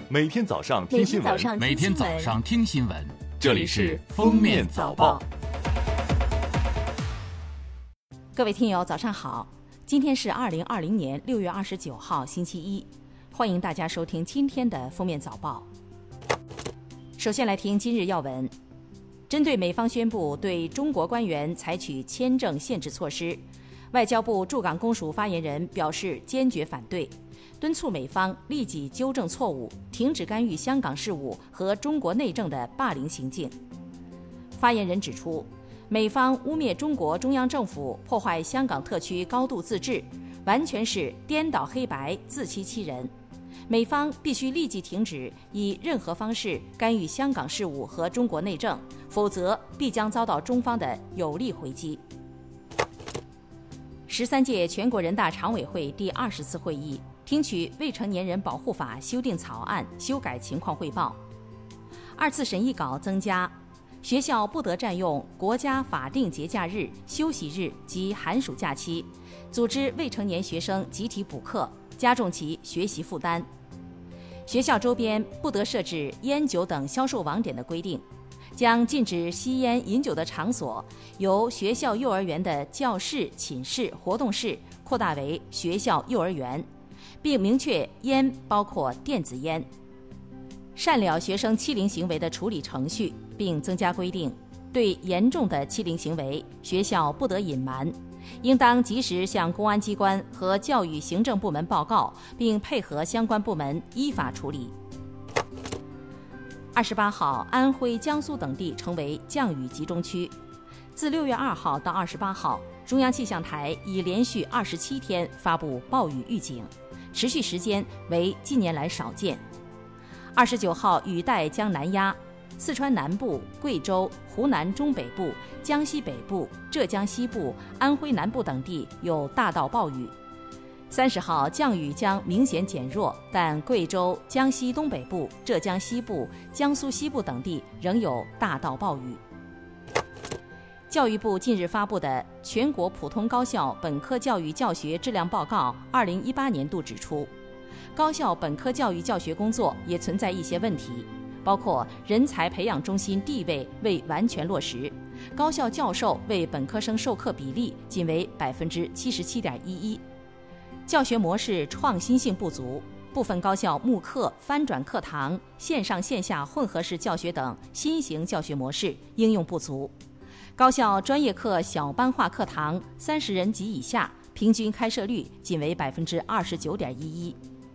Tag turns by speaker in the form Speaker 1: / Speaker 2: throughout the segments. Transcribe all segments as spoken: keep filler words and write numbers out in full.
Speaker 1: 每天早上听新闻，
Speaker 2: 每天早上听新闻，
Speaker 1: 这里是封面早报。
Speaker 3: 各位听友早上好，今天是二零二零年六月二十九号星期一，欢迎大家收听今天的封面早报。首先来听今日要闻。针对美方宣布对中国官员采取签证限制措施，外交部驻港公署发言人表示坚决反对，敦促美方立即纠正错误，停止干预香港事务和中国内政的霸凌行径。发言人指出，美方污蔑中国中央政府破坏香港特区高度自治，完全是颠倒黑白、自欺欺人。美方必须立即停止以任何方式干预香港事务和中国内政，否则必将遭到中方的有力回击。十三届全国人大常委会第二十次会议听取《未成年人保护法》修订草案修改情况汇报。二次审议稿增加学校不得占用国家法定节假日、休息日及寒暑假期，组织未成年学生集体补课，加重其学习负担。学校周边不得设置烟酒等销售网点的规定，将禁止吸烟饮酒的场所由学校幼儿园的教室、寝室、活动室扩大为学校幼儿园，并明确烟包括电子烟。善了学生欺凌行为的处理程序，并增加规定，对严重的欺凌行为，学校不得隐瞒，应当及时向公安机关和教育行政部门报告，并配合相关部门依法处理。二十八号，安徽、江苏等地成为降雨集中区。自六月二号到二十八号，中央气象台已连续二十七天发布暴雨预警，持续时间为近年来少见。二十九号，雨带将南压，四川南部、贵州、湖南中北部、江西北部、浙江西部、安徽南部等地有大到暴雨。三十号，降雨将明显减弱，但贵州、江西东北部、浙江西部、江苏西部等地仍有大到暴雨。教育部近日发布的《全国普通高校本科教育教学质量报告（二零一八年度）》指出，高校本科教育教学工作也存在一些问题，包括人才培养中心地位未完全落实，高校教授为本科生授课比例仅为百分之七十七点一一，教学模式创新性不足，部分高校慕课、翻转课堂、线上线下混合式教学等新型教学模式应用不足，高校专业课小班化课堂三十人及以下，平均开设率仅为百分之二十九点一一。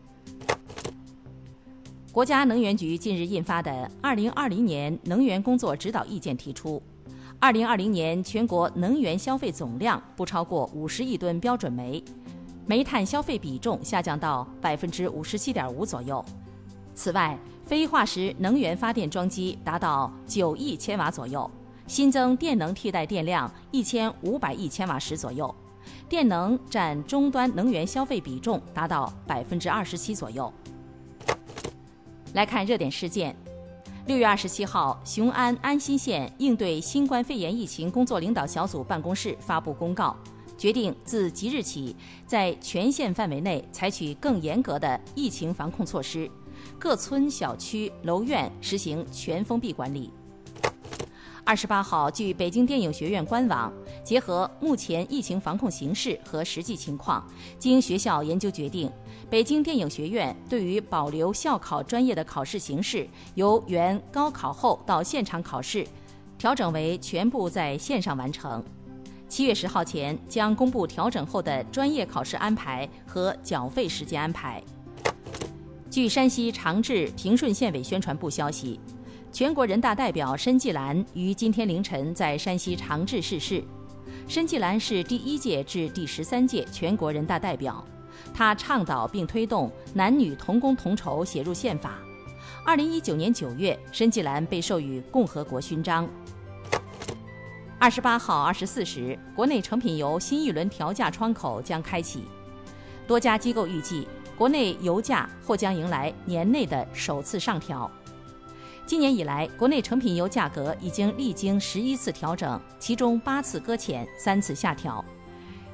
Speaker 3: 国家能源局近日印发的《二零二零年能源工作指导意见》提出，二零二零年全国能源消费总量不超过五十亿吨标准煤，煤炭消费比重下降到百分之五十七点五左右。此外，非化石能源发电装机达到九亿千瓦左右，新增电能替代电量一千五百亿千瓦时左右，电能占终端能源消费比重达到百分之二十七左右。来看热点事件。六月二十七号，雄安安新县应对新冠肺炎疫情工作领导小组办公室发布公告，决定自即日起，在全县范围内采取更严格的疫情防控措施，各村小区楼院实行全封闭管理。二十八号，据北京电影学院官网，结合目前疫情防控形势和实际情况，经学校研究决定，北京电影学院对于保留校考专业的考试形式，由原高考后到现场考试，调整为全部在线上完成。七月十号前将公布调整后的专业考试安排和缴费时间安排。据山西长治平顺县委宣传部消息，全国人大代表申纪兰于今天凌晨在山西长治逝世。申纪兰是第一届至第十三届全国人大代表，他倡导并推动男女同工同酬写入宪法。二零一九年九月，申纪兰被授予共和国勋章。二十八号二十四时，国内成品油新一轮调价窗口将开启，多家机构预计，国内油价或将迎来年内的首次上调。今年以来，国内成品油价格已经历经十一次调整，其中八次搁浅，三次下调。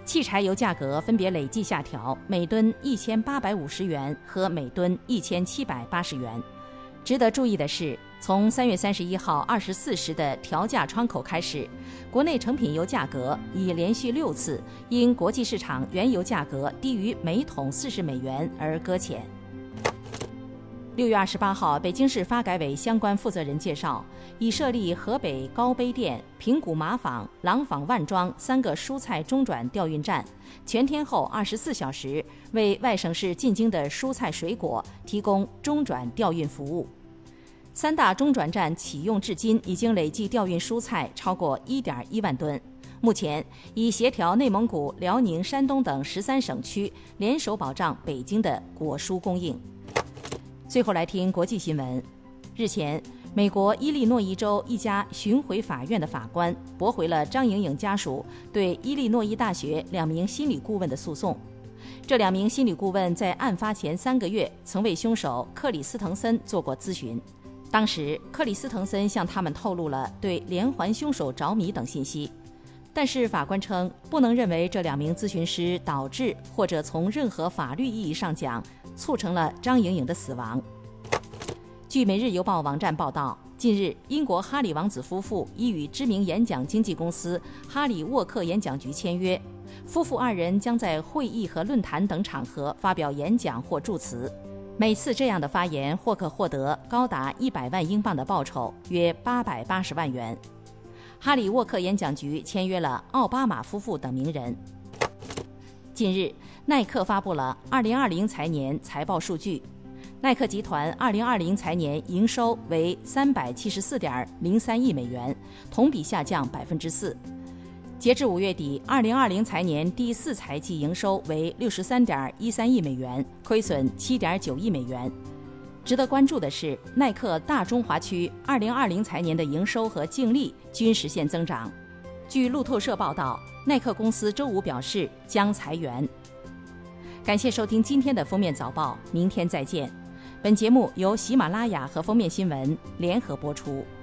Speaker 3: 汽柴油价格分别累计下调，每吨一千八百五十元和每吨一千七百八十元。值得注意的是，从三月三十一号二十四时的调价窗口开始，国内成品油价格已连续六次因国际市场原油价格低于每桶四十美元而搁浅。六月二十八号，北京市发改委相关负责人介绍，已设立河北高碑店、平谷马坊、廊坊万庄三个蔬菜中转调运站，全天候二十四小时为外省市进京的蔬菜水果提供中转调运服务。三大中转站启用至今，已经累计调运蔬菜超过 一点一万吨。目前已协调内蒙古、辽宁、山东等十三省区联手保障北京的果蔬供应。最后来听国际新闻。日前，美国伊利诺伊州一家巡回法院的法官驳回了张莹莹家属对伊利诺伊大学两名心理顾问的诉讼。这两名心理顾问在案发前三个月曾为凶手克里斯滕森做过咨询。当时，克里斯滕森向他们透露了对连环凶手着迷等信息。但是法官称，不能认为这两名咨询师导致或者从任何法律意义上讲促成了张莹莹的死亡。据《每日邮报》网站报道，近日，英国哈里王子夫妇已与知名演讲经纪公司哈里沃克演讲局签约，夫妇二人将在会议和论坛等场合发表演讲或祝词。每次这样的发言或可获得高达一百万英镑的报酬，约八百八十万元。哈里沃克演讲局签约了奥巴马夫妇等名人。近日，耐克发布了二零二零财年财报数据，耐克集团二零二零财年营收为三百七十四点零三亿美元，同比下降百分之四。截至五月底，二零二零财年第四财季营收为六十三点一三亿美元，亏损七点九亿美元。值得关注的是，耐克大中华区二零二零财年的营收和净利均实现增长。据路透社报道，耐克公司周五表示将裁员。感谢收听今天的封面早报，明天再见。本节目由喜马拉雅和封面新闻联合播出。